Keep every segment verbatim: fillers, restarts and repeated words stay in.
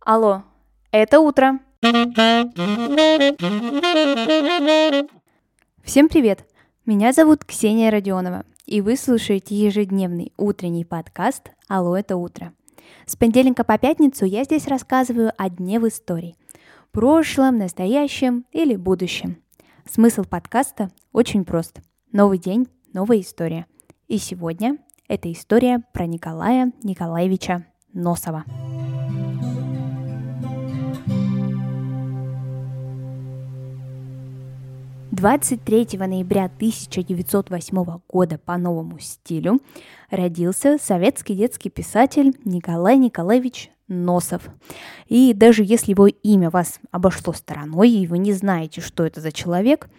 Алло, это утро. Всем привет! Меня зовут Ксения Родионова, и вы слушаете ежедневный утренний подкаст «Алло, это утро». С понедельника по пятницу я здесь рассказываю о дне в истории. Прошлом, настоящем или будущем. Смысл подкаста очень прост. Новый день, новая история. И сегодня это история про Николая Николаевича Носова. двадцать третьего ноября тысяча девятьсот восьмого года по новому стилю родился советский детский писатель Николай Николаевич Носов. И даже если его имя вас обошло стороной, и вы не знаете, что это за человек,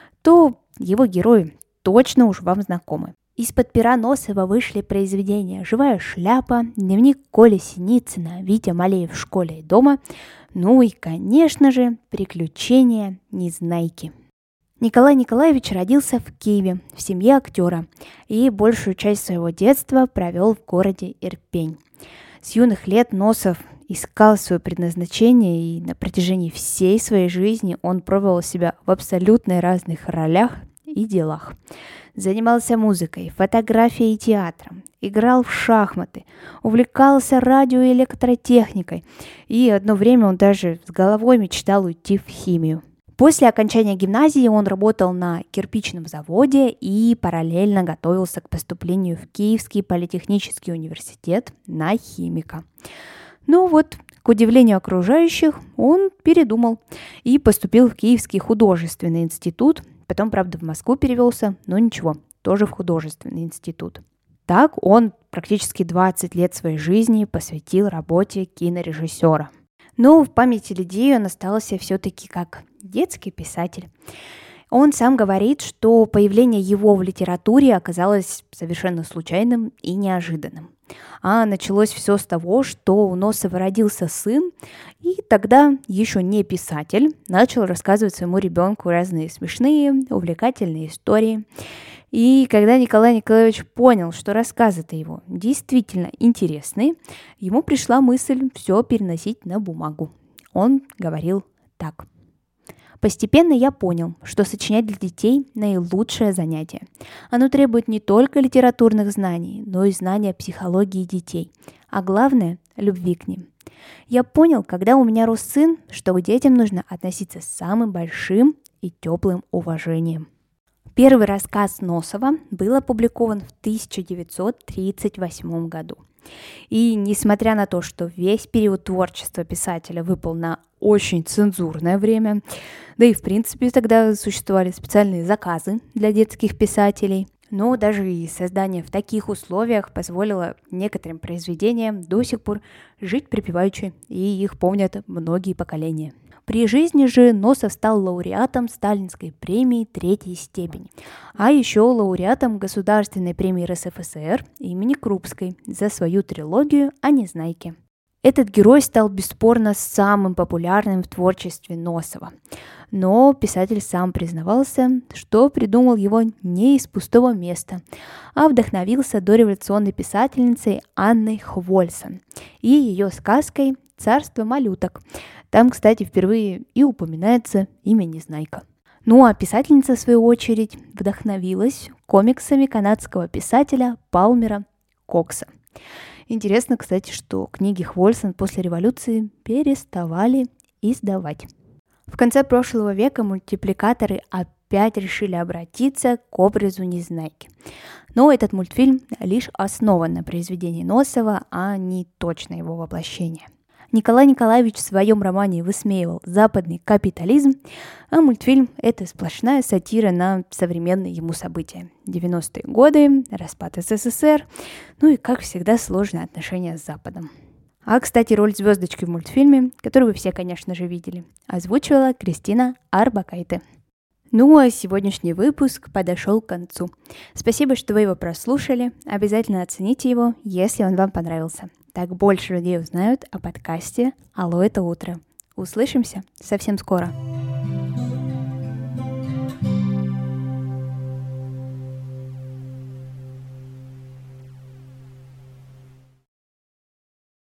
то его герои точно уж вам знакомы. Из-под пера Носова вышли произведения «Живая шляпа», «Дневник Коли Синицына», «Витя Малеев в школе и дома», ну и, конечно же, «Приключения Незнайки». Николай Николаевич родился в Киеве в семье актера и большую часть своего детства провел в городе Ирпень. С юных лет Носов искал свое предназначение, и на протяжении всей своей жизни он пробовал себя в абсолютно разных ролях и делах. Занимался музыкой, фотографией и театром, играл в шахматы, увлекался радио и электротехникой, и одно время он даже с головой мечтал уйти в химию. После окончания гимназии он работал на кирпичном заводе и параллельно готовился к поступлению в Киевский политехнический университет на химика. Но вот, к удивлению окружающих, он передумал и поступил в Киевский художественный институт, потом, правда, в Москву перевелся, но ничего, тоже в художественный институт. Так он практически двадцать лет своей жизни посвятил работе кинорежиссера. Но в памяти людей он остался все-таки как детский писатель. Он сам говорит, что появление его в литературе оказалось совершенно случайным и неожиданным. А началось все с того, что у Носова родился сын, и тогда еще не писатель начал рассказывать своему ребенку разные смешные, увлекательные истории. И когда Николай Николаевич понял, что рассказы-то его действительно интересны, ему пришла мысль все переносить на бумагу. Он говорил так. Постепенно я понял, что сочинять для детей – наилучшее занятие. Оно требует не только литературных знаний, но и знания психологии детей, а главное – любви к ним. Я понял, когда у меня рос сын, что к детям нужно относиться с самым большим и теплым уважением. Первый рассказ Носова был опубликован в тысяча девятьсот тридцать восьмом году. И несмотря на то, что весь период творчества писателя выпал на очень цензурное время, да и в принципе тогда существовали специальные заказы для детских писателей, но даже и создание в таких условиях позволило некоторым произведениям до сих пор жить припеваючи, и их помнят многие поколения. При жизни же Носов стал лауреатом Сталинской премии третьей степени, а еще лауреатом Государственной премии эр эс эф эс эр имени Крупской за свою трилогию о Незнайке. Этот герой стал бесспорно самым популярным в творчестве Носова. Но писатель сам признавался, что придумал его не из пустого места, а вдохновился дореволюционной писательницей Анной Хвольсон и ее сказкой «Царство малюток». Там, кстати, впервые и упоминается имя Незнайка. Ну а писательница, в свою очередь, вдохновилась комиксами канадского писателя Палмера Кокса. Интересно, кстати, что книги Хвольсон после революции переставали издавать. В конце прошлого века мультипликаторы опять решили обратиться к образу Незнайки. Но этот мультфильм лишь основан на произведении Носова, а не точно его воплощение. Николай Николаевич в своем романе высмеивал западный капитализм, а мультфильм – это сплошная сатира на современные ему события. девяностые годы, распад эс эс эс эр, ну и, как всегда, сложные отношения с Западом. А, кстати, роль звездочки в мультфильме, которую вы все, конечно же, видели, озвучивала Кристина Арбакайте. Ну а сегодняшний выпуск подошел к концу. Спасибо, что вы его прослушали. Обязательно оцените его, если он вам понравился. Так больше людей узнают о подкасте «Алло, это утро». Услышимся совсем скоро.